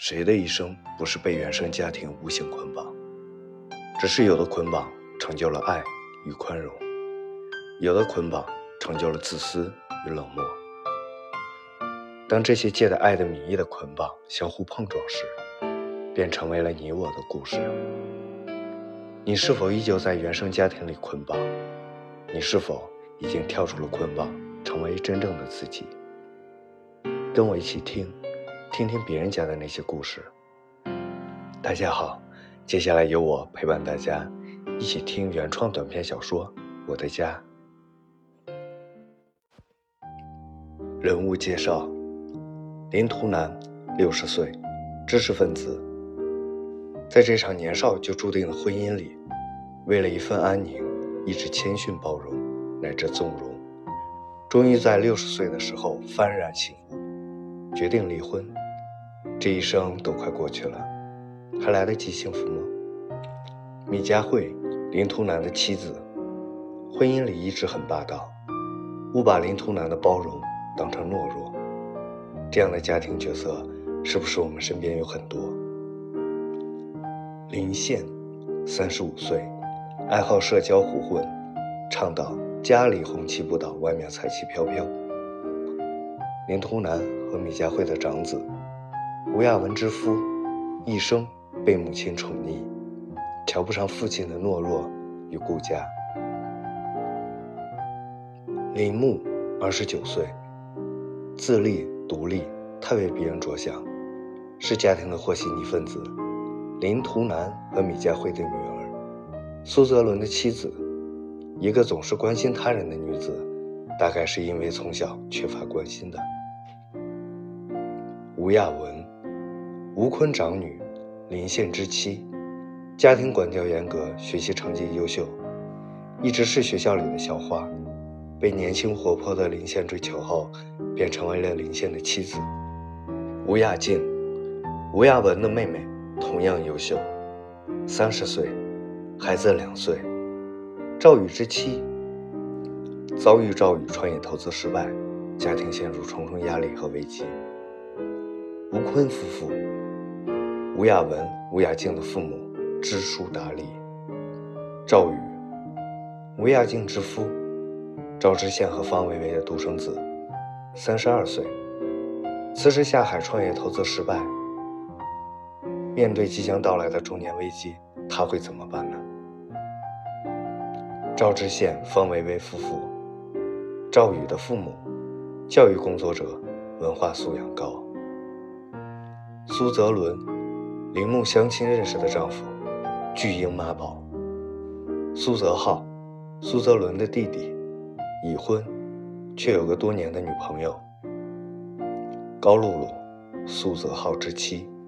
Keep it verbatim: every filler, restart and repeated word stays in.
谁的一生不是被原生家庭无形捆绑？只是有的捆绑成就了爱与宽容，有的捆绑成就了自私与冷漠。当这些借着爱的名义的捆绑相互碰撞时，便成为了你我的故事。你是否依旧在原生家庭里捆绑？你是否已经跳出了捆绑，成为真正的自己？跟我一起听听听别人家的那些故事。大家好，接下来由我陪伴大家一起听原创短篇小说《我的家》。人物介绍：林图南，六十岁，知识分子。在这场年少就注定的婚姻里，为了一份安宁，一直谦逊包容，乃至纵容，终于在六十岁的时候幡然醒悟，决定离婚。这一生都快过去了，还来得及幸福吗？米佳慧，林图南的妻子，婚姻里一直很霸道，误把林图南的包容当成懦弱。这样的家庭角色是不是我们身边有很多？林宪，三十五岁，爱好社交胡混，倡导家里红旗不倒，外面彩旗飘飘。林图南和米佳慧的长子，吴亚文之夫，一生被母亲宠溺，瞧不上父亲的懦弱与顾家。林木，二十九岁，自立独立，太为别人着想，是家庭的和稀泥分子。林图南和米佳慧的女儿，苏泽伦的妻子，一个总是关心他人的女子，大概是因为从小缺乏关心的。吴亚文，吴坤长女，林宪之妻，家庭管教严格，学习成绩优秀，一直是学校里的校花，被年轻活泼的林宪追求后，便成为了林宪的妻子。吴亚静，吴亚文的妹妹，同样优秀，三十岁，孩子两岁，赵宇之妻，遭遇赵宇创业投资失败，家庭陷入重重压力和危机。吴坤夫妇，吴亚文、吴亚静的父母知书达理。赵宇，吴亚静之夫，赵知县和方薇薇的独生子，三十二岁，辞职下海创业投资失败。面对即将到来的中年危机，他会怎么办呢？赵知县、方薇薇夫妇，赵宇的父母，教育工作者，文化素养高。苏泽伦，铃木相亲认识的丈夫，巨婴妈宝。苏泽浩，苏泽伦的弟弟，已婚，却有个多年的女朋友。高露露，苏泽浩之妻，